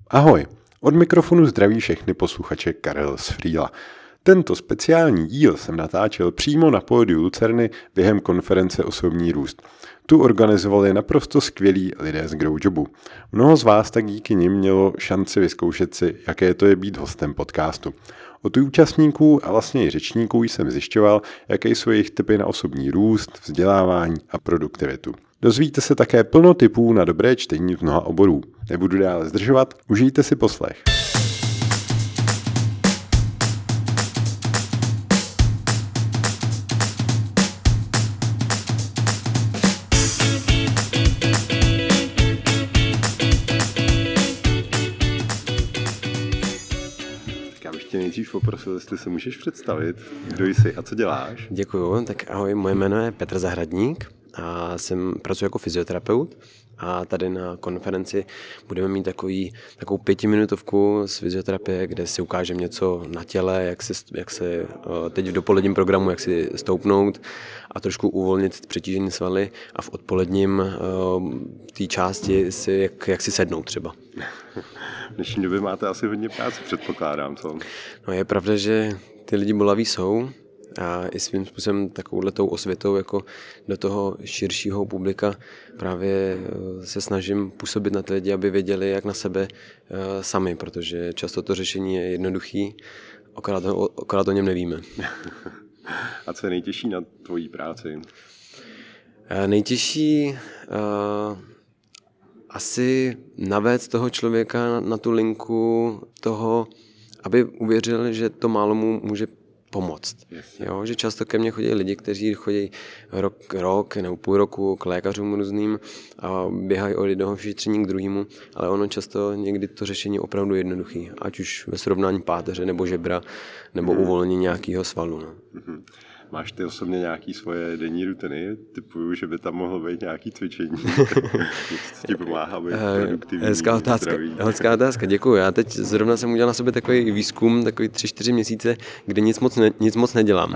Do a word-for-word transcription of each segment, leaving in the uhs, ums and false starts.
Ahoj, od mikrofonu zdraví všechny posluchače Karel z Frýla. Tento speciální díl jsem natáčel přímo na pódiu Lucerny během konference Osobní růst. Tu organizovali naprosto skvělí lidé z Growjobu. Mnoho z vás tak díky nim mělo šanci vyzkoušet si, jaké to je být hostem podcastu. Od účastníků a vlastně i řečníků jsem zjišťoval, jaké jsou jejich tipy na osobní růst, vzdělávání a produktivitu. Dozvíte se také plno tipů na dobré čtení v mnoha oborů. Nebudu dále zdržovat, užijte si poslech. Nejdřív poprosil, jestli se můžeš představit, kdo jsi a co děláš. Děkuju, tak ahoj, moje jméno je Petr Zahradník a jsem, pracuji jako fyzioterapeut a tady na konferenci budeme mít takový, takovou pětiminutovku z fyzioterapie, kde si ukážeme něco na těle, jak se, jak se teď v dopoledním programu, jak si stoupnout a trošku uvolnit přetížené svaly a v odpoledním té části si, jak, jak si sednout třeba. V dnešní době máte asi hodně práce, předpokládám, co? No je pravda, že ty lidi bolaví jsou a i svým způsobem takovouhletou osvětou jako do toho širšího publika právě se snažím působit na ty lidi, aby věděli, jak na sebe sami, protože často to řešení je jednoduchý, akorát, akorát o něm nevíme. A co je nejtěžší na tvojí práci? Nejtěžší uh, asi navést toho člověka na, na tu linku toho, aby uvěřil, že to málo mu může pomoct. Yes. Jo, že často ke mně chodí lidi, kteří chodí rok, rok nebo půl roku k lékařům různým a běhají od jednoho vyšetření k druhému, ale ono často někdy to řešení je opravdu jednoduchý, ať už ve srovnání páteře nebo žebra nebo mm. uvolnění nějakého svalu. No. Mm-hmm. Máš ty osobně nějaké svoje denní rutiny? Typuju, že by tam mohlo být nějaké cvičení. Co ti pomáhá být produktivní, hezká otázka, hezká otázka, děkuji. Já teď zrovna jsem udělal na sobě takový výzkum, takový tři, čtyři měsíce, kde nic moc, ne, nic moc nedělám.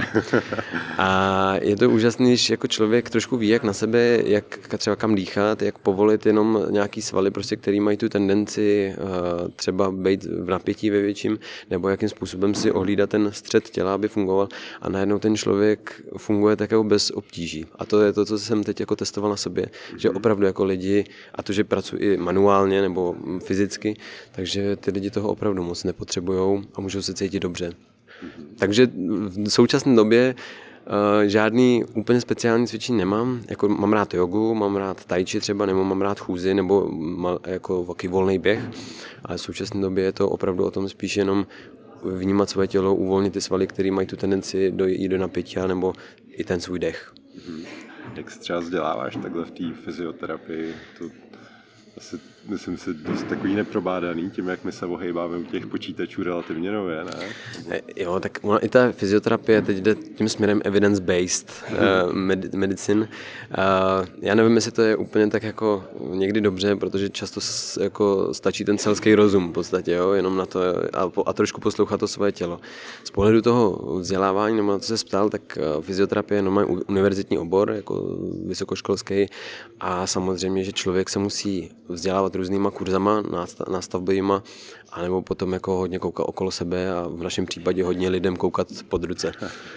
A je to úžasný, když jako člověk trošku ví, jak na sebe, jak třeba kam dýchat, jak povolit jenom nějaký svaly, prostě, který mají tu tendenci třeba být v napětí ve větším, nebo jakým způsobem si ohlídat ten střed těla, aby fungoval. A najednou ten člověk funguje tak jako bez obtíží. A to je to, co jsem teď jako testoval na sobě, že opravdu jako lidi, a to, že pracuji i manuálně nebo fyzicky, takže ty lidi toho opravdu moc nepotřebujou a můžou se cítit dobře. Takže v současné době uh, žádný úplně speciální cvičení nemám. Jako mám rád jogu, mám rád tai chi třeba, nebo mám rád chůzi, nebo mal, jako takový volný běh. Ale v současné době je to opravdu o tom spíš jenom vnímat své tělo, uvolnit ty svaly, které mají tu tendenci dojít do napětí, nebo i ten svůj dech. Hmm. Jak se třeba vzděláváš takhle v té fyzioterapii? To asi, myslím si, dost takový neprobádaný, tím, jak my se ohejbáme u těch počítačů relativně nově, ne? Jo, tak ona, i ta fyzioterapie teď jde tím směrem evidence-based uh, med, medicine. Uh, já nevím, jestli to je úplně tak jako někdy dobře, protože často s, jako stačí ten selský rozum v podstatě, jo, jenom na to a, a trošku poslouchat to svoje tělo. Z pohledu toho vzdělávání, nebo na to se ptal, tak fyzioterapie je normálně univerzitní obor, jako vysokoškolský a samozřejmě, že člověk se musí vzdělávat různýma kurzama, nástavbovýma, anebo potom jako hodně koukat okolo sebe a v našem případě hodně lidem koukat pod ruce.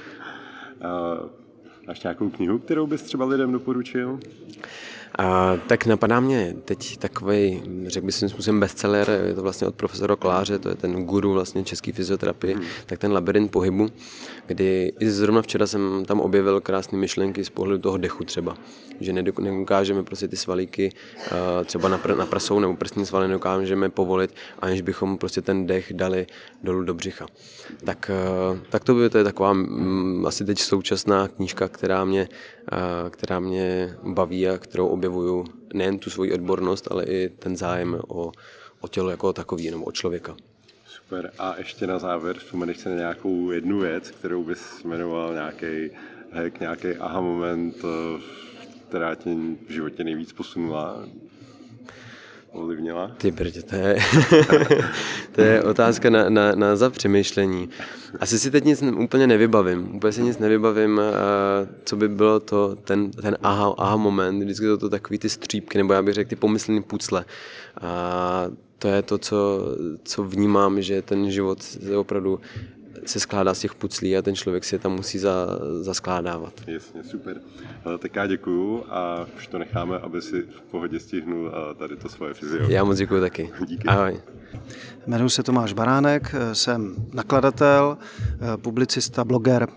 Máš nějakou knihu, kterou bys třeba lidem doporučil? A, tak napadá mě teď takovej, řekl bych svým způsobem bestseller, je to vlastně od profesora Koláře, to je ten guru vlastně české fyzioterapie, hmm. tak ten labyrint pohybu, kdy i zrovna včera jsem tam objevil krásné myšlenky z pohledu toho dechu třeba, že nedokážeme prostě ty svalíky třeba na, pr- na prasou nebo prsní svaly nedokážeme povolit, aniž bychom prostě ten dech dali dolů do břicha. Tak, tak to by to je taková m, asi teď současná knížka, která mě, která mě baví a kterou objevuju nejen tu svoji odbornost, ale i ten zájem o, o tělo jako takový, nebo o člověka. Super. A ještě na závěr, vzpomeneš se na nějakou jednu věc, kterou bys jmenoval nějaký hack, nějaký aha moment, která tě v životě nejvíc posunula, ovlivnila? Ty brdě, to je, to je otázka na, na, na zapřemýšlení. Asi si teď nic úplně nevybavím. Úplně si nic nevybavím, co by bylo to, ten, ten aha, aha moment. Vždycky to, to takový ty střípky, nebo já bych řekl ty pomyslný pucle. A to je to, co, co vnímám, že ten život opravdu se skládá z těch puclí a ten člověk si je tam musí za, zaskládávat. Jasně, super. Tak já děkuju a už to necháme, aby si v pohodě stihnul tady to svoje fyzio. Já moc děkuju taky. Díky. Ahoj. Jmenuji se Tomáš Baránek, jsem nakladatel, publicista, bloger.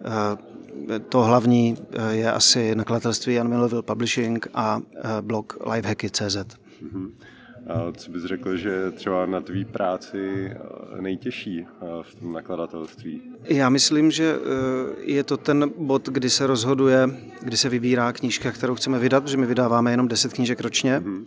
To hlavní je asi nakladatelství Jan Milovil Publishing a blog lifehacky tečka cé zet. Uh-huh. A co bys řekl, že třeba na tvý práci nejtěžší v tom nakladatelství? Já myslím, že je to ten bod, kdy se rozhoduje, kdy se vybírá knížka, kterou chceme vydat, protože my vydáváme jenom deset knížek ročně, uh-huh.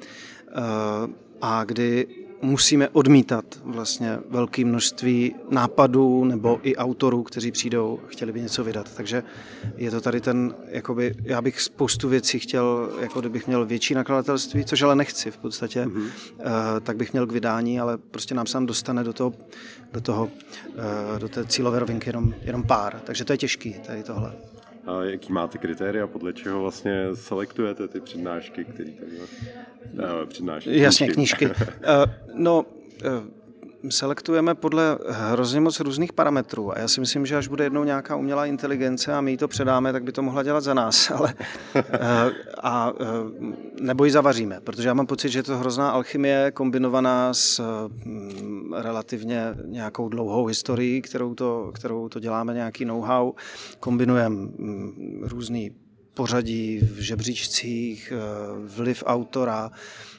a kdy musíme odmítat vlastně velké množství nápadů nebo i autorů, kteří přijdou, chtěli by něco vydat. Takže je to tady ten, jakoby, já bych spoustu věcí chtěl, jako kdybych měl větší nakladatelství, což ale nechci v podstatě, mm-hmm. uh, tak bych měl k vydání, ale prostě nám sám dostane do toho, do toho, uh, do té cílové rovinky jenom, jenom pár. Takže to je těžký, tady tohle. A jaký máte kritéria, podle čeho vlastně selektujete ty přednášky, které tady uh, přednášky? Jasně, knížky. uh, no, uh, selektujeme podle hrozně moc různých parametrů a já si myslím, že až bude jednou nějaká umělá inteligence a my jí to předáme, tak by to mohla dělat za nás, ale uh, a, uh, nebo ji zavaříme, protože já mám pocit, že je to hrozná alchymie kombinovaná s uh, relativně nějakou dlouhou historií, kterou to, kterou to děláme, nějaký know-how, kombinujeme um, různý pořadí v žebříčcích, vliv autora.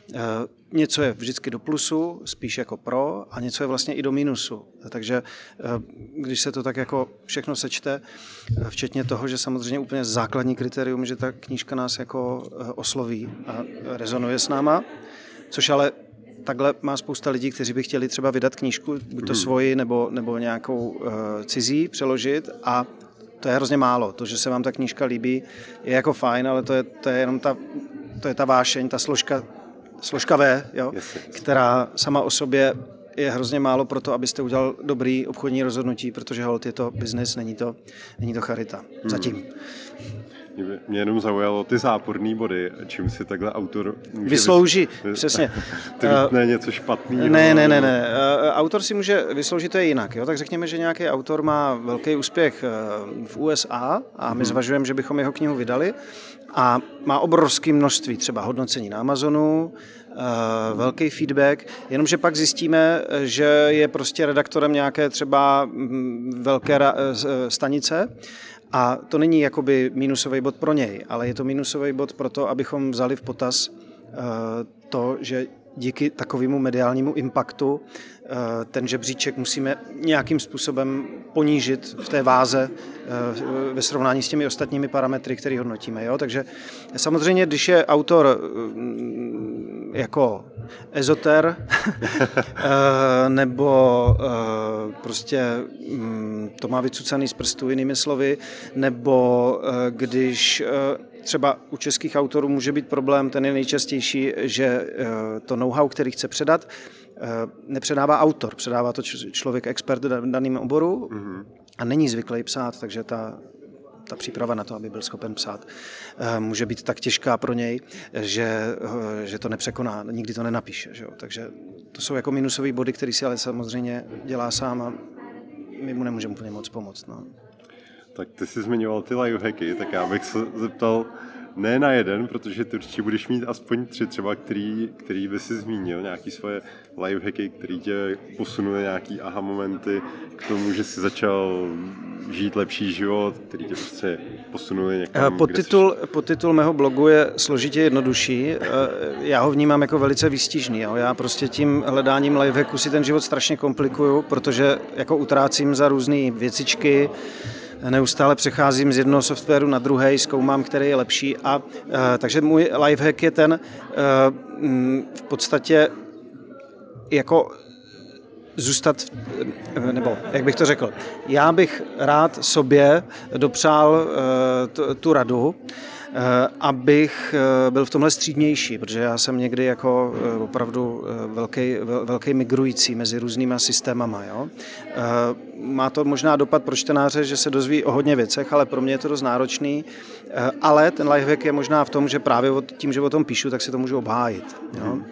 Něco je vždycky do plusu, spíš jako pro, a něco je vlastně i do minusu. Takže když se to tak jako všechno sečte, včetně toho, že samozřejmě úplně základní kritérium, že ta knížka nás jako osloví a rezonuje s náma, což ale takhle má spousta lidí, kteří by chtěli třeba vydat knížku, buď to svoji nebo, nebo nějakou cizí, přeložit, a to je hrozně málo. To, že se vám ta knížka líbí, je jako fajn, ale to je, to je jenom ta, to je ta vášeň, ta složka, složka V, jo, která sama o sobě je hrozně málo pro to, abyste udělal dobrý obchodní rozhodnutí, protože holt je to biznis, není to, není to charita. Zatím. Hmm. Mě jenom zaujalo ty záporný body, čím si takhle autor může vyslouží, vys... přesně. Tweetne něco špatného. Ne, ne, ne, ne. Autor si může vysloužit, to je jinak. Jo? Tak řekněme, že nějaký autor má velký úspěch v U S A a my hmm. zvažujeme, že bychom jeho knihu vydali, a má obrovské množství třeba hodnocení na Amazonu, velký feedback, jenomže pak zjistíme, že je prostě redaktorem nějaké třeba velké stanice. A to není jakoby mínusový bod pro něj, ale je to mínusový bod pro to, abychom vzali v potaz uh, to, že díky takovému mediálnímu impaktu uh, ten žebříček musíme nějakým způsobem ponížit v té váze uh, ve srovnání s těmi ostatními parametry, které hodnotíme. Jo? Takže samozřejmě, když je autor uh, jako ezoter nebo uh, prostě um, to má vycucaný z prstů, jinými slovy, nebo uh, když uh, třeba u českých autorů může být problém, ten je nejčastější, že uh, to know-how, který chce předat, uh, nepředává autor, předává to č- člověk expert v daném oboru mm-hmm. a není zvyklý psát, takže ta ta příprava na to, aby byl schopen psát, může být tak těžká pro něj, že, že to nepřekoná, nikdy to nenapíše. Že jo? Takže to jsou jako minusové body, který si ale samozřejmě dělá sám a my mu nemůžeme úplně moc pomoct. No. Tak ty jsi zmiňoval ty lifehacky, tak já bych se zeptal ne na jeden, protože ty určitě budeš mít aspoň tři třeba, který, který by si zmínil, nějaký svoje lifehacky, který tě posunuli nějaký aha momenty k tomu, že jsi začal žít lepší život, který tě prostě posunuli někam. Podtitul, jsi... podtitul mého blogu je složitě jednodušší. Já ho vnímám jako velice výstižný. Jo. Já prostě tím hledáním lifehacku si ten život strašně komplikuju, protože jako utrácím za různé věcičky, neustále přecházím z jednoho softwaru na druhý, zkoumám, který je lepší. A, uh, takže můj lifehack je ten uh, v podstatě jako zůstat, nebo jak bych to řekl, já bych rád sobě dopřál uh, tu radu, abych byl v tomhle střídnější, protože já jsem někdy jako opravdu velký, velký migrující mezi různýma systémama. Jo? Má to možná dopad pro čtenáře, že se dozví o hodně věcech, ale pro mě je to dost náročný. Ale ten lifehack je možná v tom, že právě tím, že o tom píšu, tak si to můžu obhájit. Jo?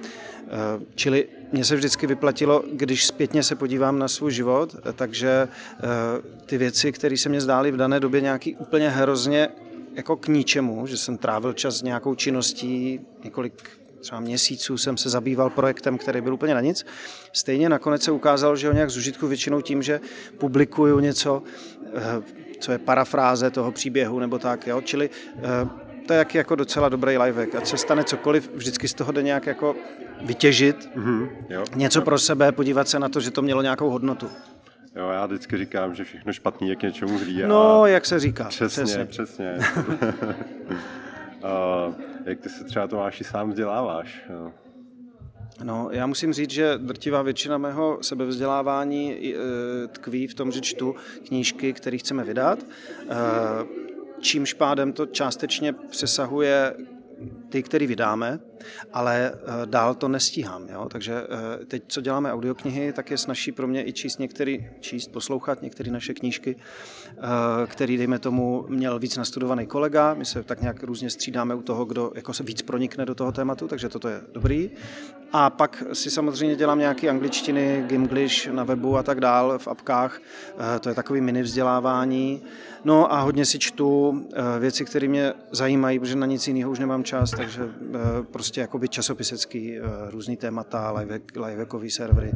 Čili mně se vždycky vyplatilo, když zpětně se podívám na svůj život, takže ty věci, které se mě zdály v dané době nějaký úplně hrozně jako k ničemu, že jsem trávil čas s nějakou činností, několik třeba měsíců jsem se zabýval projektem, který byl úplně na nic. Stejně nakonec se ukázalo, že ho nějak zužitku většinou tím, že publikuju něco, co je parafráze toho příběhu nebo tak, jo? Čili to je jako docela dobrý lifehack. Ať se stane cokoliv, vždycky z toho jde nějak jako vytěžit, mm-hmm, jo. něco pro sebe, podívat se na to, že to mělo nějakou hodnotu. Jo, já vždycky říkám, že všechno špatný je k něčemu zlý. No, jak se říká. Přesně, přesně. přesně. uh, jak ty se třeba Tomáši sám vzděláváš? Uh. No, já musím říct, že drtivá většina mého sebevzdělávání tkví v tom, že čtu knížky, které chceme vydat. Čímž pádem to částečně přesahuje ty, který vydáme, ale dál to nestíhám. Jo? Takže teď, co děláme audioknihy, tak je snazší pro mě i číst některý, číst, poslouchat některé naše knížky, který, dejme tomu, měl víc nastudovaný kolega. My se tak nějak různě střídáme u toho, kdo jako se víc pronikne do toho tématu, takže toto je dobrý. A pak si samozřejmě dělám nějaké angličtiny, Gimglish na webu a tak dál, v apkách. To je takový mini vzdělávání. No a hodně si čtu věci, které mě zajímají, protože na nic jiného už nemám čas, takže prostě jakoby časopisecký různý témata, livehackové servery.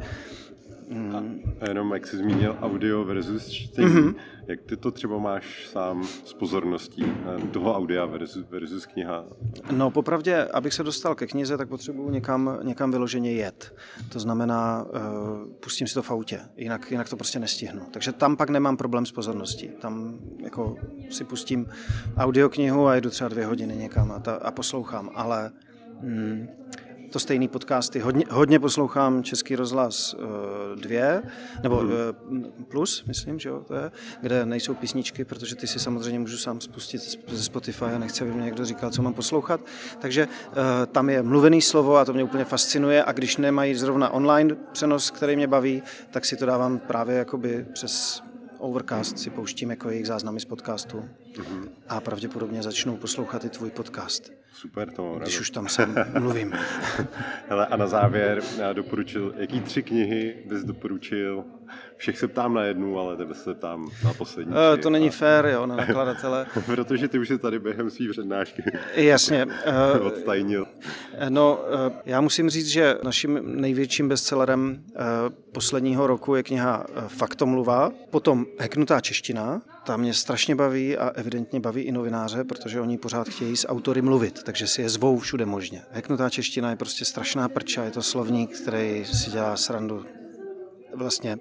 A jenom jak jsi zmínil audio versus čtení, mm-hmm. jak ty to třeba máš sám s pozorností toho audia versus, versus kniha? No popravdě, abych se dostal ke knize, tak potřebuji někam, někam vyloženě jet. To znamená, uh, pustím si to v autě, jinak, jinak to prostě nestihnu. Takže tam pak nemám problém s pozorností. Tam jako si pustím audioknihu a jedu třeba dvě hodiny někam a, ta, a poslouchám, ale... Mm, to stejný podcasty. Hodně, hodně poslouchám Český rozhlas uh, dvě, nebo uh, plus, myslím, že jo, to je, kde nejsou písničky, protože ty si samozřejmě můžu sám spustit ze Spotify a nechci, aby mě někdo říkal, co mám poslouchat. Takže uh, tam je mluvený slovo a to mě úplně fascinuje a když nemají zrovna online přenos, který mě baví, tak si to dávám právě jakoby přes Overcast, si pouštím jako jejich záznamy z podcastu uh-huh. a pravděpodobně začnu poslouchat i tvůj podcast. Super, to mám Když už tam jsem mluvím. Hele, a na závěr já doporučil, jaký tři knihy bys doporučil? Všech se ptám na jednu, ale tebe se ptám na poslední. Uh, to není fér, jo, na nakladatele. Protože ty už jsi tady během svý přednášky Jasně. Uh, odtajnil. No, uh, já musím říct, že naším největším bestsellerem uh, posledního roku je kniha Faktomluva, potom Hacknutá čeština, ta mě strašně baví a evidentně baví i novináře, protože oni pořád chtějí s autory mluvit, takže si je zvou všude možně. Hacknutá čeština je prostě strašná prča, je to slovník, který si dělá srandu vlastně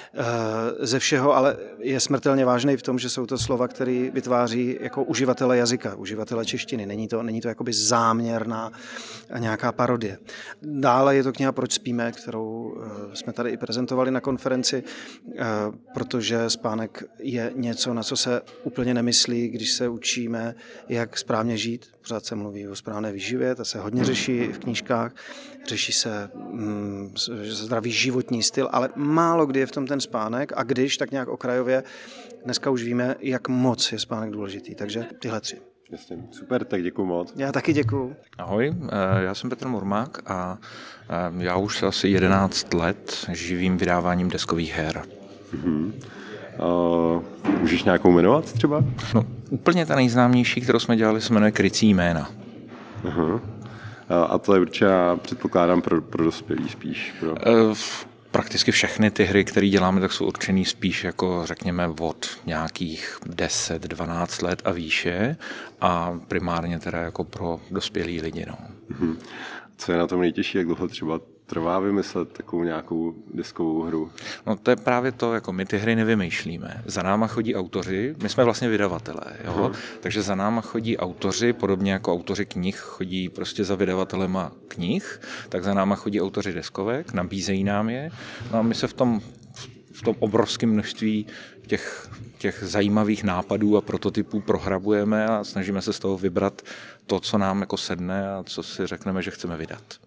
ze všeho, ale je smrtelně vážný v tom, že jsou to slova, které vytváří jako uživatele jazyka, uživatele češtiny. Není to, není to jakoby záměrná nějaká parodie. Dále je to kniha Proč spíme, kterou jsme tady i prezentovali na konferenci, protože spánek je něco, na co se úplně nemyslí, když se učíme, jak správně žít. Pořád se mluví o správné výživě, to se hodně řeší v knížkách, řeší se hm, zdravý životní styl, ale málo kdy je v tom ten spánek a když, tak nějak okrajově, dneska už víme, jak moc je spánek důležitý, takže tyhle tři. Jasně, super, tak děkuju moc. Já taky děkuju. Ahoj, já jsem Petr Murmák a já už asi jedenáct let živím vydáváním deskových her. Mm-hmm. Uh, můžeš nějakou jmenovat třeba? No, úplně ta nejznámější, kterou jsme dělali, se jmenuje Krycí jména. Uh-huh. A to je určitě, předpokládám, pro, pro dospělí spíš. Pro... Uh, Prakticky všechny ty hry, které děláme, tak jsou určený spíš jako řekněme od nějakých deset dvanáct let a výše a primárně teda jako pro dospělý lidi. No. Mm-hmm. Co je na tom nejtěžší, jak dlouho třeba trvá vymyslet takovou nějakou deskovou hru? No to je právě to, jako my ty hry nevymýšlíme. Za náma chodí autoři, my jsme vlastně vydavatelé, jo? Hmm. Takže za náma chodí autoři, podobně jako autoři knih chodí prostě za vydavatelema knih, tak za náma chodí autoři deskovek, nabízejí nám je, no a my se v tom, v tom obrovském množství těch, těch zajímavých nápadů a prototypů prohrabujeme a snažíme se z toho vybrat to, co nám jako sedne a co si řekneme, že chceme vydat.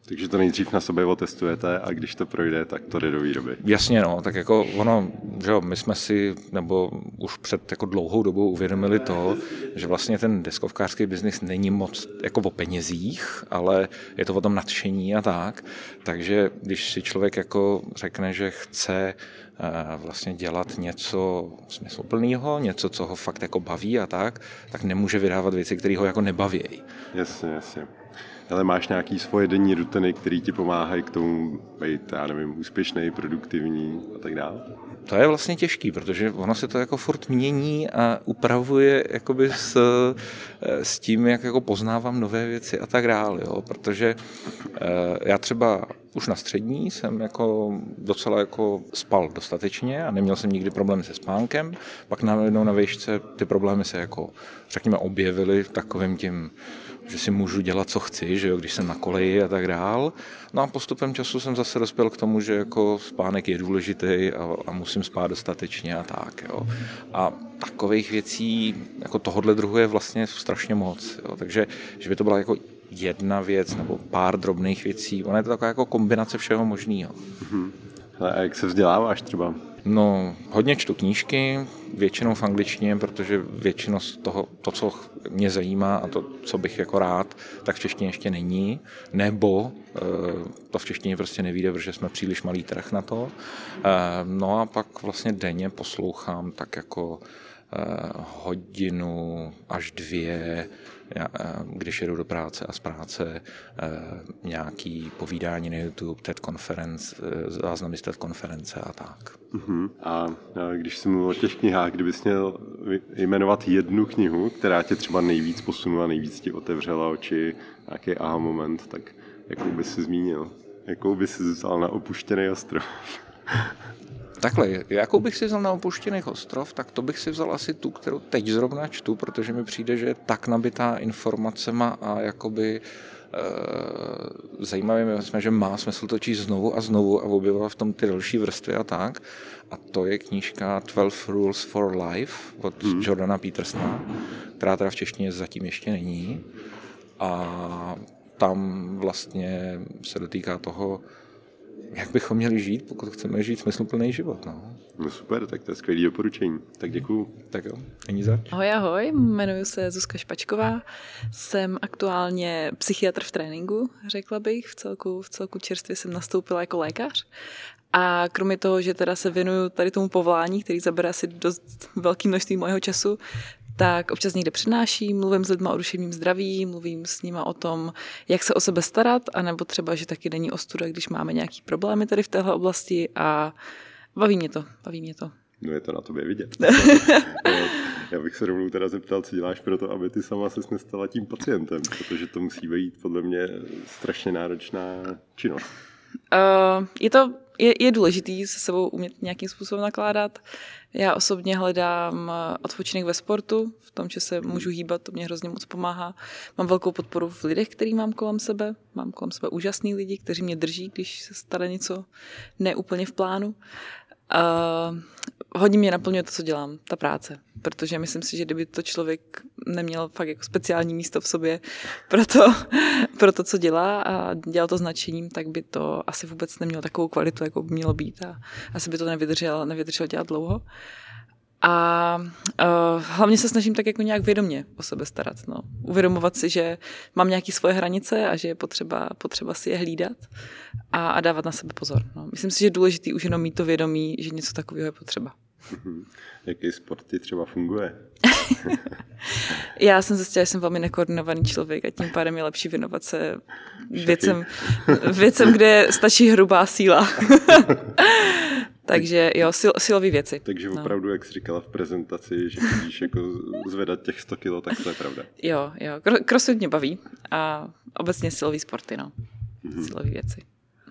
Takže to nejdřív na sobě otestujete a když to projde, tak to jde do výroby. Jasně, no, tak jako ono, že jo, my jsme si, nebo už před jako dlouhou dobou uvědomili to, že vlastně ten deskovkářský biznis není moc jako o penězích, ale je to o tom nadšení a tak. Takže když si člověk jako řekne, že chce vlastně dělat něco smysluplného, něco, co ho fakt jako baví a tak, tak nemůže vydávat věci, které ho jako nebaví. Jasně, jasně. Ale máš nějaký svoje denní rutiny, které ti pomáhají k tomu být, já nevím, úspěšný, produktivní a tak dále? To je vlastně těžký, protože ono se to jako furt mění a upravuje jakoby s, s tím, jak jako poznávám nové věci a tak dále, jo? Protože já třeba už na střední jsem jako docela jako spal dostatečně a neměl jsem nikdy problémy se spánkem, pak najednou na výšce ty problémy se jako, řekněme, objevily takovým tím, že si můžu dělat, co chci, že jo, když jsem na koleji a tak dál. No a postupem času jsem zase dospěl k tomu, že jako spánek je důležitý a, a musím spát dostatečně a tak, jo. A takových věcí, jako tohohle druhu je vlastně strašně moc, jo. Takže, že by to byla jako jedna věc nebo pár drobných věcí, ona je to taková jako kombinace všeho možného. Mhm. A jak se vzděláváš třeba? No, hodně čtu knížky, většinou v angličtině, protože většinou z toho, to, co mě zajímá a to, co bych jako rád, tak v češtině ještě není, nebo to v češtině prostě nevyjde, protože jsme příliš malý trh na to. No a pak vlastně denně poslouchám tak jako hodinu až dvě, když jedu do práce a z práce, nějaký povídání na YouTube, TED konference, záznamy z TED konference a tak. Uh-huh. A když jsi mluvil o těch knihách, kdybys měl jmenovat jednu knihu, která tě třeba nejvíc posunula, nejvíc ti otevřela oči, nějaký aha moment, tak jakou bys si zmínil? Jakou bys si vzal na Opuštěný ostrov? Takhle, jakou bych si vzal na Opuštěný ostrov, tak to bych si vzal asi tu, kterou teď zrovna čtu, protože mi přijde, že je tak nabitá informacema a jakoby e, zajímavým jsme, že má smysl to číst znovu a znovu a objevovat v tom ty další vrstvy a tak. A to je knížka twelve Rules for Life od hmm. Jordana Petersona, která teda v češtině zatím ještě není. A tam vlastně se dotýká toho, jak bychom měli žít, pokud chceme žít smysluplný život. No. No super, tak to je skvělý doporučení. Tak děkuju. Tak jo, není zač. Ahoj, ahoj, jmenuji se Zuzka Špačková, jsem aktuálně psychiatr v tréninku, řekla bych, v celku, v celku čerstvě jsem nastoupila jako lékař. A kromě toho, že teda se věnuju tady tomu povolání, který zabere asi dost velké množství mojeho času, tak občas někde přednáším, mluvím s lidma o duševním zdraví, mluvím s nima o tom, jak se o sebe starat, anebo třeba, že taky není ostuda, když máme nějaký problémy tady v téhle oblasti a baví mě to, baví mě to. No je to na tobě vidět. Já bych se rovnou teda zeptal, co děláš pro to, aby ty sama ses nestala tím pacientem, protože to musí být podle mě strašně náročná činnost. Uh, je to je, je důležitý se sebou umět nějakým způsobem nakládat. Já osobně hledám odpočinek ve sportu, v tom, že se můžu hýbat, to mě hrozně moc pomáhá. Mám velkou podporu v lidech, který mám kolem sebe. Mám kolem sebe úžasný lidi, kteří mě drží, když se stane něco neúplně v plánu. Uh, hodně mě naplňuje to, co dělám, ta práce, protože myslím si, že kdyby to člověk neměl fakt jako speciální místo v sobě pro to, pro to, co dělá a dělal to značením, tak by to asi vůbec nemělo takovou kvalitu, jako by mělo být a asi by to nevydržel, nevydržel dělat dlouho. A uh, hlavně se snažím tak jako nějak vědomě o sebe starat. No. Uvědomovat si, že mám nějaké svoje hranice a že je potřeba, potřeba si je hlídat a, a dávat na sebe pozor. No. Myslím si, že je důležité už jenom mít to vědomí, že něco takového je potřeba. Jaký sport ti třeba funguje? Já jsem zjistila, že jsem velmi nekoordinovaný člověk a tím pádem je lepší věnovat se věcem, věcem, kde stačí hrubá síla. Takže jo, sil, silové věci. Takže no. Opravdu, jak jsi říkala v prezentaci, že chodíš jako zvedat těch sto kilo, tak to je pravda. Jo, jo. Crossfit mě baví a obecně silový sporty, no. Mm-hmm. Silové věci.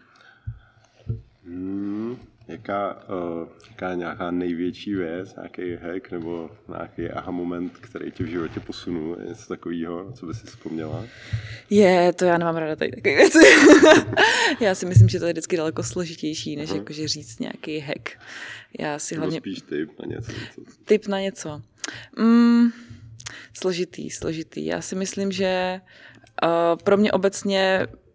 Hmm, jaká, uh, jaká nějaká největší věc, nějaký hack nebo nějaký aha moment, který tě v životě posunul, je něco takového, co by si vzpomněla? Je, to já nemám ráda tady takové věci. Já si myslím, že to je vždycky daleko složitější, než uh-huh. jakože říct nějaký hack. Já si nebo hlavně... spíš tip na něco. něco. Tip na něco. Mm, složitý, složitý. Já si myslím, že uh, pro mě obecně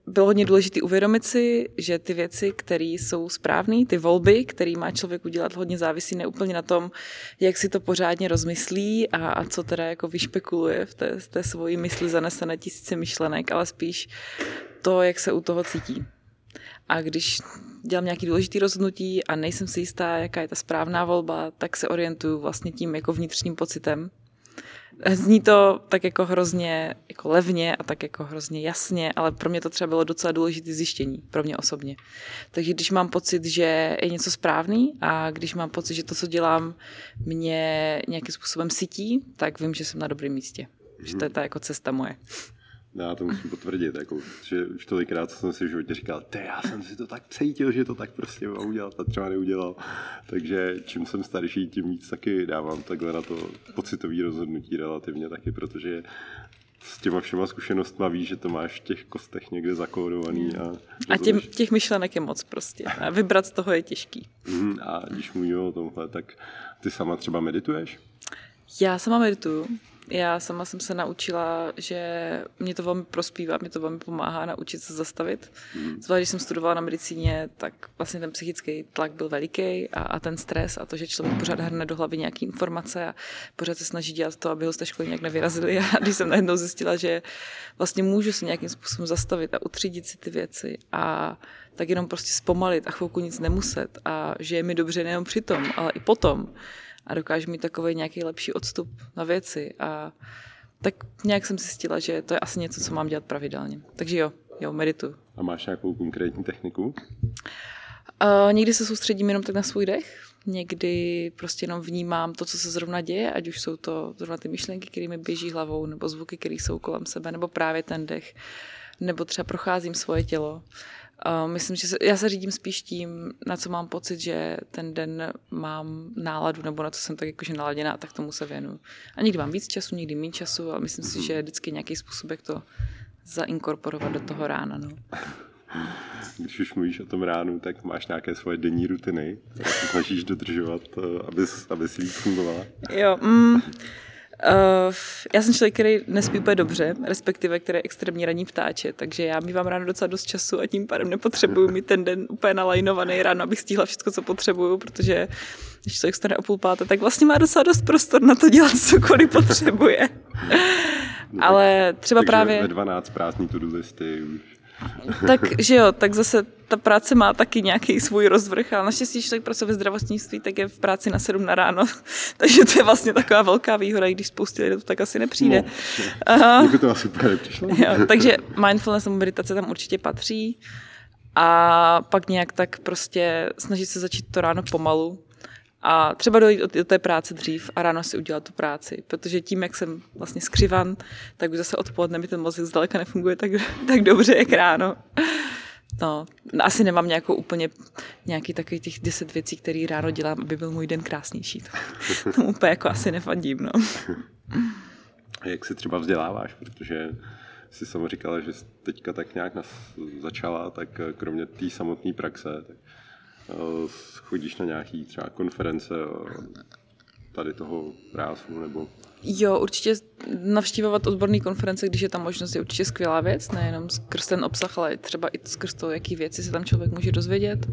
bylo hodně důležité uvědomit si, že ty věci, které jsou správné, ty volby, které má člověk udělat, hodně závisí neúplně na tom, jak si to pořádně rozmyslí a, a co teda jako vyšpekuluje v té, v té svojí mysli zanesené tisíce myšlenek, ale spíš to, jak se u toho cítí. A když dělám nějaký důležitý rozhodnutí a nejsem si jistá, jaká je ta správná volba, tak se orientuju vlastně tím jako vnitřním pocitem. Zní to tak jako hrozně jako levně a tak jako hrozně jasně, ale pro mě to třeba bylo docela důležité zjištění, pro mě osobně. Takže když mám pocit, že je něco správný a když mám pocit, že to, co dělám, mě nějakým způsobem sytí, tak vím, že jsem na dobrém místě. Mm. Že to je ta jako cesta moje. Já to musím potvrdit, jako, že už tolikrát jsem si v životě říkal, ty, já jsem si to tak cítil, že to tak prostě mám udělat a třeba neudělal. Takže čím jsem starší, tím víc taky dávám takhle na to pocitový rozhodnutí relativně taky, protože s těma všema zkušenostma víš, že to máš v těch kostech někde zakódovaný. A, a těm, těch myšlenek je moc prostě. A vybrat z toho je těžký. Mm, a když mluvím o tomhle, tak ty sama třeba medituješ? Já sama medituju. Já sama jsem se naučila, že mě to velmi prospívá, mě to velmi pomáhá naučit se zastavit. Mm. Zvlášť, když jsem studovala na medicíně, tak vlastně ten psychický tlak byl veliký a, a ten stres a to, že člověk pořád hrne do hlavy nějaké informace a pořád se snaží dělat to, aby ho z té školy nějak nevyrazili. A když jsem najednou zjistila, že vlastně můžu se nějakým způsobem zastavit a utřídit si ty věci a tak jenom prostě zpomalit a chvilku nic nemuset a že je mi dobře nejen při tom, ale i potom, a dokážu mít takový nějaký lepší odstup na věci a tak nějak jsem zjistila, že to je asi něco, co mám dělat pravidelně. Takže jo, jo, medituju. A máš nějakou konkrétní techniku? Uh, někdy se soustředím jenom tak na svůj dech, někdy prostě jenom vnímám to, co se zrovna děje, ať už jsou to zrovna ty myšlenky, které mi běží hlavou, nebo zvuky, které jsou kolem sebe, nebo právě ten dech, nebo třeba procházím svoje tělo. Uh, myslím, že se, já se řídím spíš tím, na co mám pocit, že ten den mám náladu, nebo na co jsem tak jakože naladěná, tak tomu se věnuju. A někdy mám víc času, někdy méně času, ale myslím si, že je vždycky nějaký způsob, jak to zainkorporovat do toho rána. No. Když už mluvíš o tom ránu, tak máš nějaké svoje denní rutiny, které se snažíš dodržovat, abys, abys líp fungovala? Jo, mm, Uh, já jsem člověk, který nespí úplně dobře, respektive který je extrémně ranní ptáče, takže já mívám ráno docela dost času a tím pádem nepotřebuju mít ten den úplně nalajnovaný ráno, abych stihla všechno, co potřebuju, protože když člověk stane o půl páté, tak vlastně má docela dost prostor na to dělat cokoliv potřebuje. No, ale třeba takže právě... ve dvanáct prázdný to-do listy už. Tak, že jo, tak zase ta práce má taky nějaký svůj rozvrh, ale naštěstí, když člověk pracuje ve zdravotnictví, tak je v práci na sedm na ráno, takže to je vlastně taková velká výhoda, i když spoustě lidí to tak asi nepřijde. No, uh, to asi úplně nepřišlo. Jo, takže mindfulness a meditace tam určitě patří a pak nějak tak prostě snažit se začít to ráno pomalu a třeba dojít do té práce dřív a ráno si udělat tu práci, protože tím, jak jsem vlastně skřivan, tak už zase odpoledne mi ten mozek zdaleka nefunguje tak, tak dobře, jak ráno. No, asi nemám nějakou úplně nějaký takový těch deset věcí, které ráno dělám, aby byl můj den krásnější. To, tomu úplně jako asi nefandím, no. A jak se třeba vzděláváš, protože jsi sama říkala, že teďka tak nějak nás začala, tak kromě té samotné praxe, tak chodíš na nějaký třeba konference tady toho rázu, nebo... Jo, určitě navštívovat odborné konference, když je tam možnost, je určitě skvělá věc, nejenom skrz ten obsah, ale třeba i skrz to, jaký věci se tam člověk může dozvědět.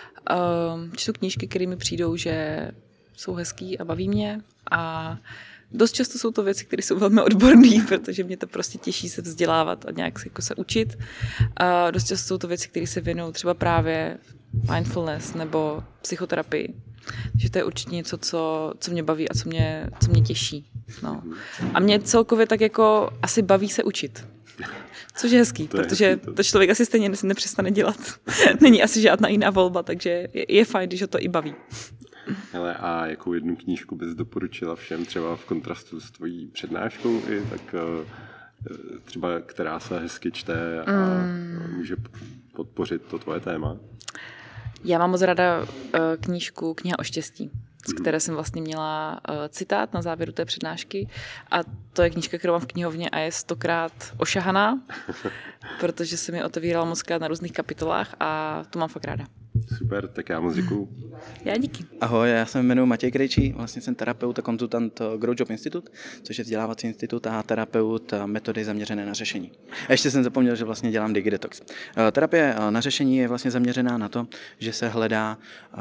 Čtu knížky, které mi přijdou, že jsou hezký a baví mě a dost často jsou to věci, které jsou velmi odborné, protože mě to prostě těší se vzdělávat a nějak se, jako se učit. A dost často jsou to věci, které se věnují třeba právě mindfulness nebo psychoterapii. Takže to je určitě něco, co, co mě baví a co mě, co mě těší. No. A mě celkově tak jako asi baví se učit. Což je hezký, to je protože hezký, to... to člověk asi stejně nepřestane dělat. Není asi žádná jiná volba, takže je, je fajn, když ho to i baví. Hele, a jakou jednu knížku bys doporučila všem, třeba v kontrastu s tvojí přednáškou, i tak třeba která se hezky čte a mm. může podpořit to tvoje téma? Já mám moc ráda knížku Kniha o štěstí, z které jsem vlastně měla citát na závěru té přednášky a to je knížka, kterou mám v knihovně a je stokrát ošahaná, protože se mi otevírala mockrát na různých kapitolách a tu mám fakt ráda. Super, tak já moc děkuju. Já díky. Ahoj, já se jmenuji Matěj Krejčí, vlastně jsem terapeut a konzultant Grow Job Institute, což je vzdělávací institut a terapeut metody zaměřené na řešení. A ještě jsem zapomněl, že vlastně dělám DigiDetox. Terapie na řešení je vlastně zaměřená na to, že se hledá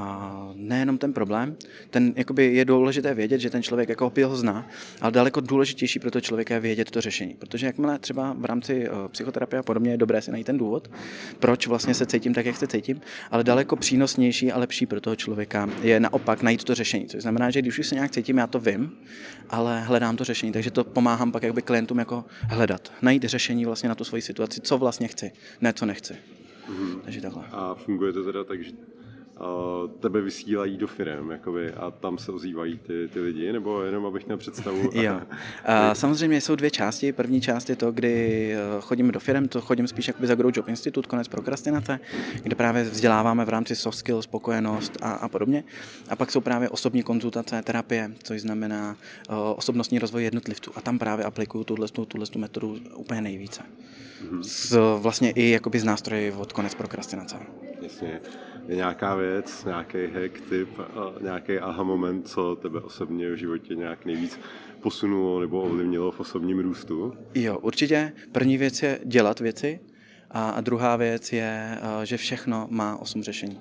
nejenom ten problém, ten jakoby je důležité vědět, že ten člověk jako ho zná, ale daleko důležitější pro to člověka je vědět to řešení, protože jakmile třeba v rámci psychoterapie a podobně je dobré si najít ten důvod, proč vlastně se cítím tak, jak se cítím, ale daleko přínosnější a lepší pro toho člověka je naopak najít to řešení. Což znamená, že když už se nějak cítím, já to vím, ale hledám to řešení, takže to pomáhám pak jakoby klientům jako hledat, najít řešení vlastně na tu svoji situaci, co vlastně chci, ne co nechci. Mm-hmm. Takže takhle. A funguje to teda tak, že Uh, tebe vysílají do firem jakoby, a tam se ozývají ty, ty lidi, nebo jenom abych měl představu? Jo. A samozřejmě jsou dvě části. První část je to, kdy chodíme do firem, to chodím spíš jakoby za Grow Job Institute, konec prokrastinace, kde právě vzděláváme v rámci soft skills, spokojenost a, a podobně. A pak jsou právě osobní konzultace, terapie, což znamená uh, osobnostní rozvoj jednotlivců. A tam právě aplikuju tuhle metodu úplně nejvíce. Mm-hmm. Z, vlastně i jakoby z nástroje od konec prokrastinace. Jasně. Je nějaká věc, nějaký hack, tip, nějaký aha moment, co tebe osobně v životě nějak nejvíc posunulo nebo ovlivnilo v osobním růstu? Jo, určitě. První věc je dělat věci a, a druhá věc je, že všechno má osm řešení.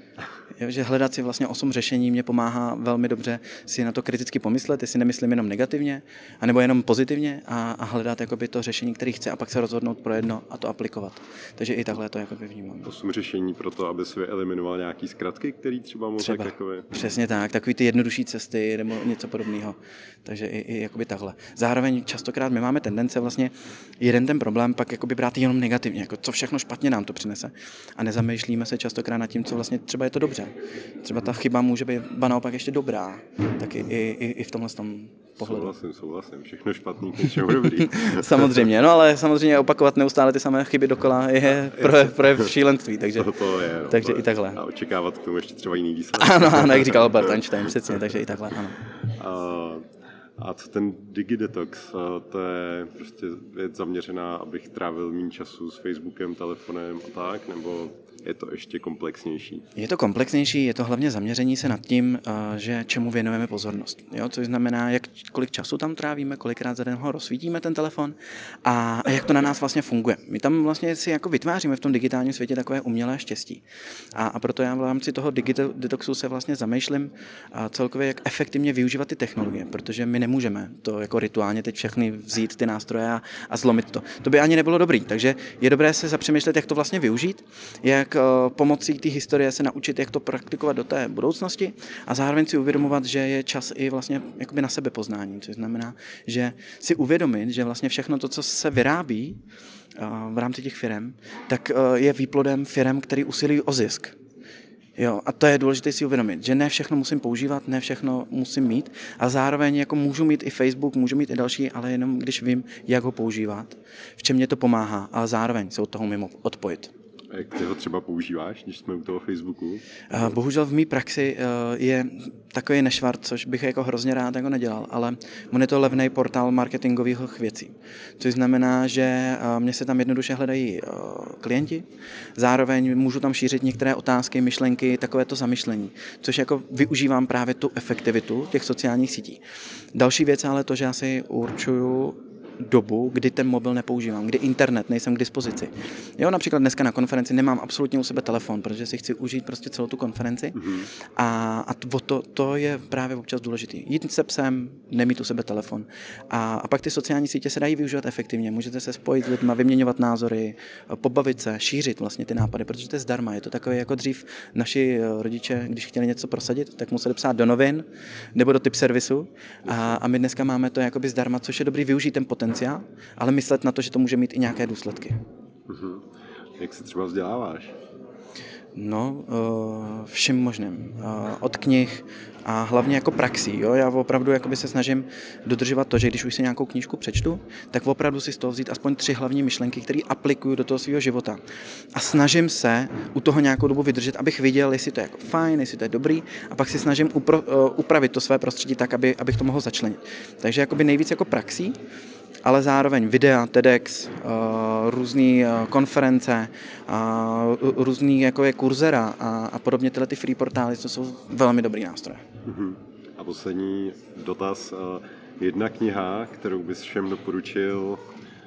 Jo, že hledat si vlastně osm řešení mě pomáhá velmi dobře si na to kriticky pomyslet, jestli nemyslím jenom negativně, anebo jenom pozitivně a, a hledat jakoby to řešení, které chci a pak se rozhodnout pro jedno a to aplikovat. Takže i takhle to jakoby vnímám. Osm řešení pro to, aby si eliminoval nějaký zkratky, který třeba mozek jakoby... Přesně tak, takový ty jednodušší cesty nebo něco podobného. Takže i, i jakoby takhle. Zároveň častokrát my máme tendence vlastně jeden ten problém pak jakoby brát jenom negativně, jako co všechno špatně nám to přinese a nezamýšlíme se častokrát nad tím, co vlastně třeba je to dobře. Třeba ta chyba může být ba naopak ještě dobrá, tak i, i, i v tomhle tom pohledu. Souhlasím, souhlasím, všechno špatný, k něčemu dobrý. Samozřejmě, no ale samozřejmě opakovat neustále ty samé chyby dokola je projev, projev šílenství, takže, to, to je, no, takže to i takhle. A očekávat k tomu ještě třeba jiný výsledek. Ano, ano, jak říkal Albert Einstein, přesně, takže i takhle, ano. A, a co ten DigiDetox, to je prostě věc zaměřená, abych trávil méně času s Facebookem, telefonem a tak, nebo je to ještě komplexnější? Je to komplexnější, je to hlavně zaměření se nad tím, že čemu věnujeme pozornost. Jo? Což znamená, jak, kolik času tam trávíme, kolikrát za den ho rozsvítíme ten telefon a jak to na nás vlastně funguje. My tam vlastně si jako vytváříme v tom digitálním světě takové umělé štěstí. A, a proto já v rámci toho DigiDetoxu se vlastně zamýšlím celkově, jak efektivně využívat ty technologie, protože my nemůžeme to jako rituálně teď všechny vzít ty nástroje a, a zlomit to. To by ani nebylo dobrý, takže je dobré se zapřemýšlet, jak to vlastně využít, jak pomocí té historie se naučit, jak to praktikovat do té budoucnosti a zároveň si uvědomovat, že je čas i vlastně jakoby na sebepoznání, což znamená, že si uvědomit, že vlastně všechno to, co se vyrábí v rámci těch firem, tak je výplodem firem, který usilují o zisk. Jo, a to je důležité si uvědomit, že ne všechno musím používat, ne všechno musím mít a zároveň jako můžu mít i Facebook, můžu mít i další, ale jenom když vím, jak ho používat, v čem mě to pomáhá, ale zároveň se od toho mimo odpojit. A jak ty ho třeba používáš, když jsme u toho Facebooku? Bohužel v mý praxi je takový nešvart, což bych jako hrozně rád jako nedělal, ale on je to levný portál marketingových věcí. Což znamená, že mě se tam jednoduše hledají klienti, zároveň můžu tam šířit některé otázky, myšlenky, takovéto zamyšlení, což jako využívám právě tu efektivitu těch sociálních sítí. Další věc ale to, že já si určuju dobu, kdy ten mobil nepoužívám, kdy internet nejsem k dispozici. Jo, například dneska na konferenci nemám absolutně u sebe telefon, protože si chci užít prostě celou tu konferenci mm-hmm. a, a to, to je právě občas důležitý. Jít se psem, nemít u sebe telefon. A, a pak ty sociální sítě se dají využívat efektivně. Můžete se spojit s lidmi, vyměňovat názory, pobavit se, šířit vlastně ty nápady, protože to je zdarma. Je to takové jako dřív naši rodiče, když chtěli něco prosadit, tak museli psát do novin nebo do tip servisu a, a my dneska máme to jakoby zdarma, což je dobrý využít ten potenciál, ale myslet na to, že to může mít i nějaké důsledky. Uh-huh. Jak se třeba vzděláváš? No, všem možným. Od knih a hlavně jako praxí. Jo? Já opravdu jakoby se snažím dodržovat to, že když už si nějakou knížku přečtu, tak opravdu si z toho vzít aspoň tři hlavní myšlenky, které aplikuju do toho svého života. A snažím se u toho nějakou dobu vydržet, abych viděl, jestli to je jako fajn, jestli to je dobrý, a pak si snažím upro, upravit to své prostředí tak, aby, abych to mohl začlenit. Takže jakoby nejvíc jako praxí. ale zároveň videa, TEDx, různé konference, různý jako je Coursera a, a podobně tyhle ty free portály, to jsou velmi dobrý nástroje. A poslední dotaz. Jedna kniha, kterou bys všem doporučil,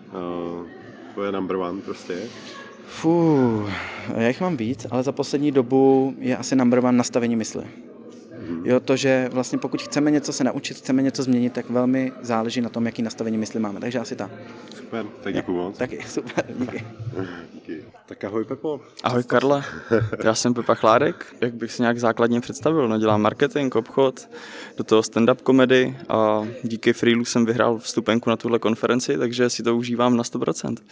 to je number one prostě? Fú, já jich mám víc, ale za poslední dobu je asi number one nastavení mysli. Jo, to, že vlastně pokud chceme něco se naučit, chceme něco změnit, tak velmi záleží na tom, jaký nastavení mysli máme. Takže asi ta. Super, tak děkuju moc. Taky, super, díky. díky. Tak ahoj Pepo. Ahoj Karle, já jsem Pepa Chládek. Jak bych si nějak základně představil, no dělám marketing, obchod, do toho stand-up komedy a díky Freelu jsem vyhrál vstupenku na tuhle konferenci, takže si to užívám na sto procent.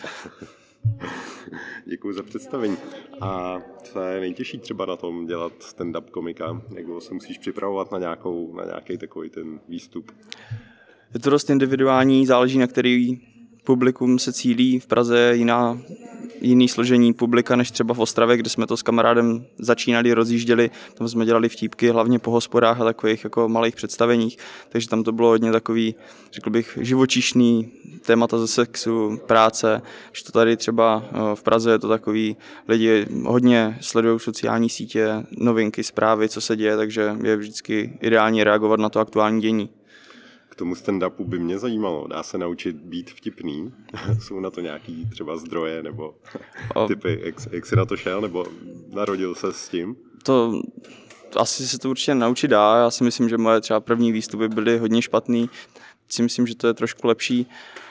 Děkuji za představení. A co je nejtěžší třeba na tom dělat stand-up komika? Jak se musíš připravovat na, nějakou, na nějaký takový ten výstup? Je to dost individuální, záleží na který publikum se cílí. V Praze je jiná, jiný složení publika než třeba v Ostravě, kde jsme to s kamarádem začínali, rozjížděli. Tam jsme dělali vtípky hlavně po hospodách a takových jako malých představeních. Takže tam to bylo hodně takový, řekl bych, živočišný témata ze sexu, práce. Že to tady třeba v Praze je to takový, lidi hodně sledují sociální sítě, novinky, zprávy, co se děje, takže je vždycky ideální reagovat na to aktuální dění. K tomu stand-upu by mě zajímalo, dá se naučit být vtipný? Jsou na to nějaký třeba zdroje nebo typy, jak, jak jsi na to šel, nebo narodil se s tím? To asi se to určitě naučit dá, já si myslím, že moje třeba první výstupy byly hodně špatný, teď si myslím, že to je trošku lepší.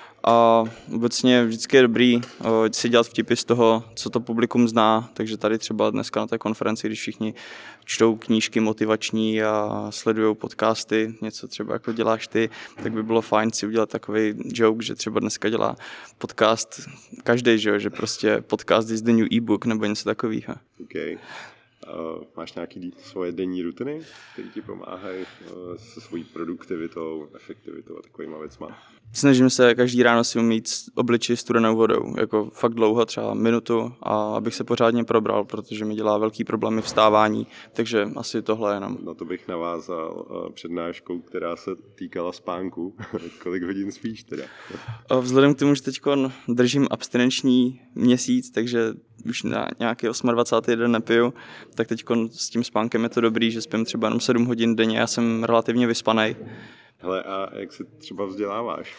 A obecně vždycky je dobrý o, si dělat vtipy z toho, co to publikum zná, takže tady třeba dneska na té konferenci, když všichni čtou knížky motivační a sledují podcasty, něco třeba jako děláš ty, tak by bylo fajn si udělat takový joke, že třeba dneska dělá podcast každý, že, že prostě podcast is the new e-book nebo něco takového. Okay. Uh, máš nějaké svoje denní rutiny, které ti pomáhají uh, se svojí produktivitou, efektivitou a takovýma věcma? Snažím se každý ráno si umýt obličej studenou vodou, jako fakt dlouho, třeba minutu, a abych se pořádně probral, protože mi dělá velký problémy vstávání, takže asi tohle jenom. Na to bych navázal uh, přednáškou, která se týkala spánku. Kolik hodin spíš teda? Vzhledem k tomu, že teď držím abstinenční měsíc, takže už na nějaký dvacátý osmý den nepiju, tak teď s tím spánkem je to dobrý, že spím třeba jenom sedm hodin denně, já jsem relativně vyspanej. Hele, a jak se třeba vzděláváš?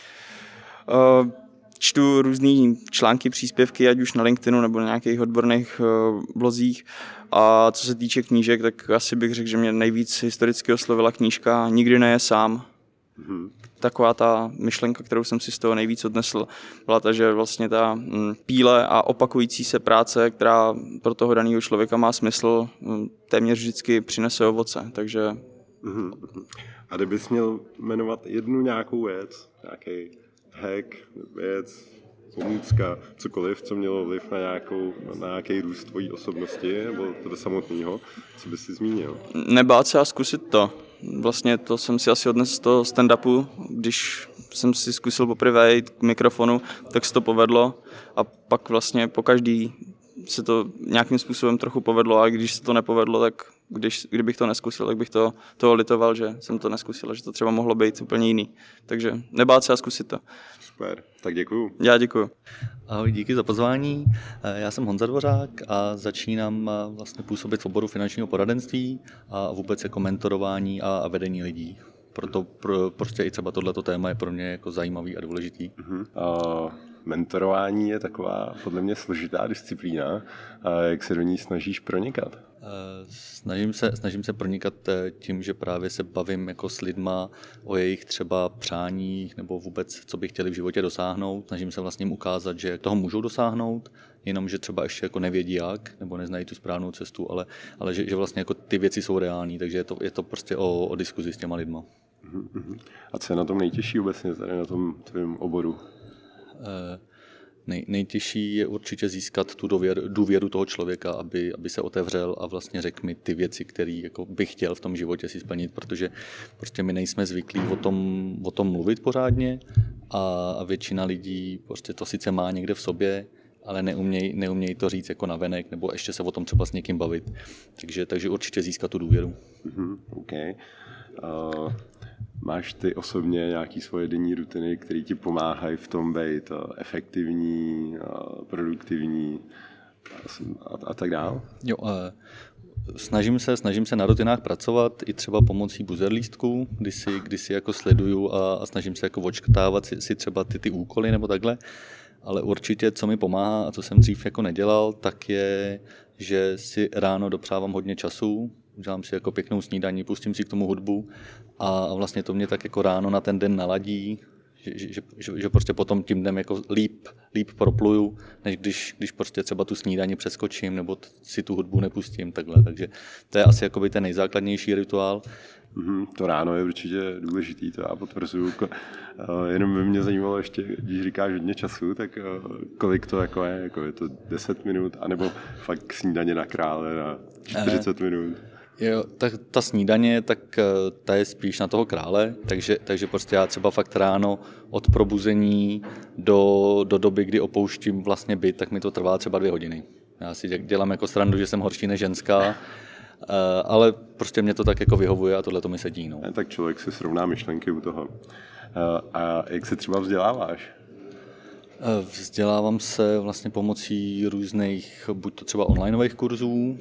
Uh, čtu různý články, příspěvky, ať už na LinkedInu nebo na nějakých odborných uh, blozích. A co se týče knížek, tak asi bych řekl, že mě nejvíc historicky oslovila knížka Nikdy neje sám. Mm-hmm. Taková ta myšlenka, kterou jsem si z toho nejvíc odnesl, byla ta, že vlastně ta mm, píle a opakující se práce, která pro toho daného člověka má smysl, mm, téměř vždycky přinese ovoce. Takže... Mm-hmm. A kdybys měl jmenovat jednu nějakou věc, nějaký hack, věc, pomůcka, cokoliv, co mělo vliv na, nějakou, na nějaký růst tvojí osobnosti nebo toho samotného, co bys si zmínil? Nebát se a zkusit to. Vlastně to jsem si asi odnesl z toho stand-upu, když jsem si zkusil poprvé jít k mikrofonu, tak se to povedlo a pak vlastně po každý se to nějakým způsobem trochu povedlo, a když se to nepovedlo, tak když, kdybych to neskusil, tak bych to, toho litoval, že jsem to neskusil, že to třeba mohlo být úplně jiný. Takže nebát se a zkusit to. Super, tak děkuju. Já děkuju. Ahoj, díky za pozvání. Já jsem Honza Dvořák a začínám vlastně působit v oboru finančního poradenství a vůbec jako mentorování a vedení lidí. Proto pro, prostě i třeba tohleto téma je pro mě jako zajímavý a důležitý. Uh-huh. Uh, mentorování je taková podle mě složitá disciplína. A jak se do ní snažíš pronikat? Snažím se, snažím se pronikat tím, že právě se bavím jako s lidma o jejich třeba přáních nebo vůbec, co by chtěli v životě dosáhnout. Snažím se vlastně jim ukázat, že toho můžou dosáhnout, jenom že třeba ještě jako nevědí jak, nebo neznají tu správnou cestu, ale, ale že, že vlastně jako ty věci jsou reální, takže je to, je to prostě o, o diskuzi s těma lidma. A co je na tom nejtěžší obecně tady na tom tvém oboru? Eh, Nej, nejtěžší je určitě získat tu důvěru, důvěru toho člověka, aby, aby se otevřel a vlastně řekl mi ty věci, které jako bych chtěl v tom životě si splnit, protože prostě my nejsme zvyklí o tom, o tom mluvit pořádně a, a většina lidí prostě to sice má někde v sobě, ale neumějí neuměj to říct jako navenek nebo ještě se o tom třeba s někým bavit. Takže, takže určitě získat tu důvěru. Mm-hmm, okay. uh, máš ty osobně nějaký svoje denní rutiny, které ti pomáhají v tom být efektivní, produktivní a, a tak dále? Jo, snažím se, snažím se na rutinách pracovat i třeba pomocí buzzer lístků, kdy si, kdy si jako sleduju a, a snažím se jako odškrtávat si, si třeba ty, ty úkoly nebo takhle. Ale určitě, co mi pomáhá a co jsem dřív jako nedělal, tak je, že si ráno dopřávám hodně času, udělám si jako pěknou snídaní, pustím si k tomu hudbu a vlastně to mě tak jako ráno na ten den naladí, že, že, že, že prostě potom tím dnem jako líp, líp propluju, než když, když prostě třeba tu snídaní přeskočím nebo t- si tu hudbu nepustím takhle. Takže to je asi jakoby ten nejzákladnější rituál. Mm, to ráno je určitě důležitý, to já potvrzuju. Jenom by mě zajímalo ještě, když říkáš hodně času, tak kolik to jako je? Jako je to deset minut, anebo fakt snídaně na krále na čtyřicet minut? Jo, tak ta snídaně, tak ta je spíš na toho krále, takže, takže prostě já třeba fakt ráno od probuzení do, do doby, kdy opouštím vlastně byt, tak mi to trvá třeba dvě hodiny. Já si dělám jako srandu, že jsem horší než ženská, ale prostě mě to tak jako vyhovuje a tohle to mi sedí. No. Tak člověk si srovná myšlenky u toho. A jak se třeba vzděláváš? Vzdělávám se vlastně pomocí různých, buď to třeba onlineových kurzů,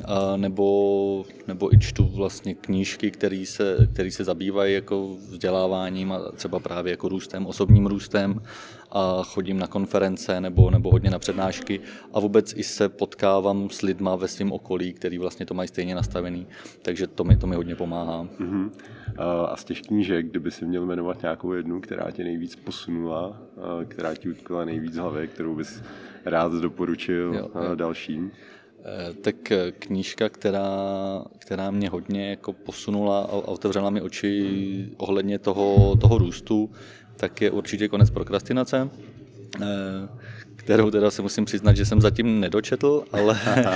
nebo, nebo i čtu vlastně knížky, které se, které se zabývají jako vzděláváním a třeba právě jako růstem, osobním růstem a chodím na konference nebo, nebo hodně na přednášky a vůbec i se potkávám s lidma ve svém okolí, který vlastně to mají stejně nastavený, takže to mi, to mi hodně pomáhá. Uh-huh. A z těch knížek, kdyby si měl jmenovat nějakou jednu, která tě nejvíc posunula, která ti utkala nejvíc v hlavě, kterou bys rád doporučil jo, jo. dalším? Tak knížka, která, která mě hodně jako posunula a otevřela mi oči ohledně toho, toho růstu, tak je určitě Konec prokrastinace, kterou teda se musím přiznat, že jsem zatím nedočetl, ale,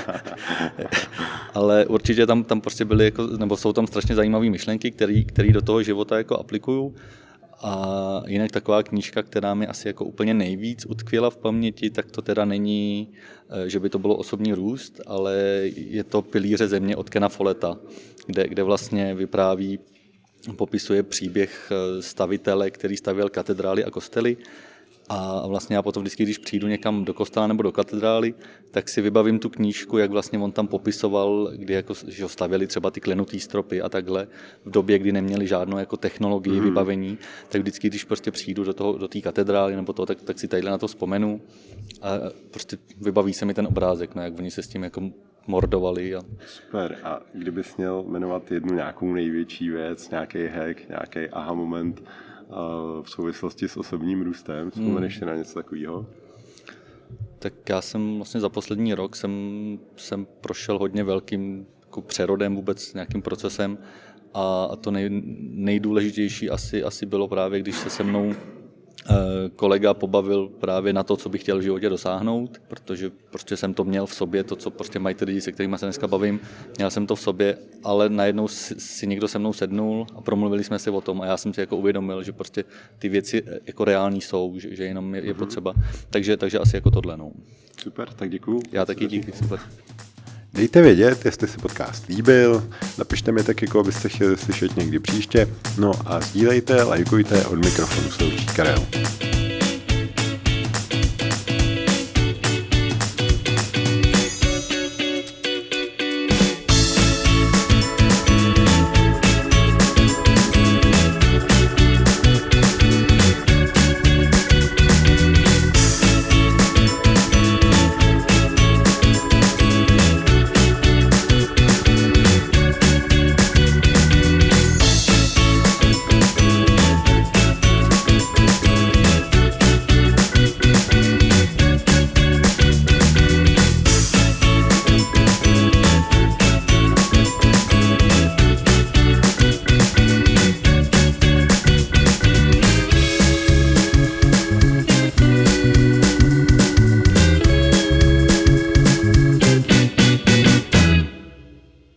ale určitě tam, tam prostě byly, jako, nebo jsou tam strašně zajímavé myšlenky, které do toho života jako aplikuju. A jinak taková knížka, která mi asi jako úplně nejvíc utkvěla v paměti, tak to teda není, že by to bylo osobní růst, ale je to Pilíře země od Kena Folletta, kde, kde vlastně vypráví, popisuje příběh stavitele, který stavěl katedrály a kostely. A vlastně já potom vždycky, když přijdu někam do kostela nebo do katedrály, tak si vybavím tu knížku, jak vlastně on tam popisoval, kdy jako, že stavěli třeba ty klenutý stropy a takhle, v době, kdy neměli žádnou jako technologii, mm. vybavení, tak vždycky, když prostě přijdu do toho, do té katedrály nebo toho, tak, tak si tadyhle na to vzpomenu a prostě vybaví se mi ten obrázek, no, jak oni se s tím jako mordovali. A... Super. A kdybys měl jmenovat jednu nějakou největší věc, nějaký hack, nějaký aha moment, v souvislosti s osobním růstem, vzpomeneš si na něco takového? Tak já jsem vlastně za poslední rok jsem, jsem prošel hodně velkým jako přerodem, vůbec nějakým procesem a, a to nej, nejdůležitější asi, asi bylo právě, když se se mnou kolega pobavil právě na to, co bych chtěl v životě dosáhnout, protože prostě jsem to měl v sobě, to, co prostě mají ty lidi, se kterými se dneska bavím, měl jsem to v sobě, ale najednou si, si někdo se mnou sednul a promluvili jsme si o tom a já jsem si jako uvědomil, že prostě ty věci jako reální jsou, že, že jenom je, je potřeba. Takže, takže asi jako tohle. No. Super, tak děkuju. Já taky díky, super. Dejte vědět, jestli se podcast líbil, napište mi tak, jako byste chtěli slyšet někdy příště, no a sdílejte, lajkujte, od mikrofonu se loučí Karel.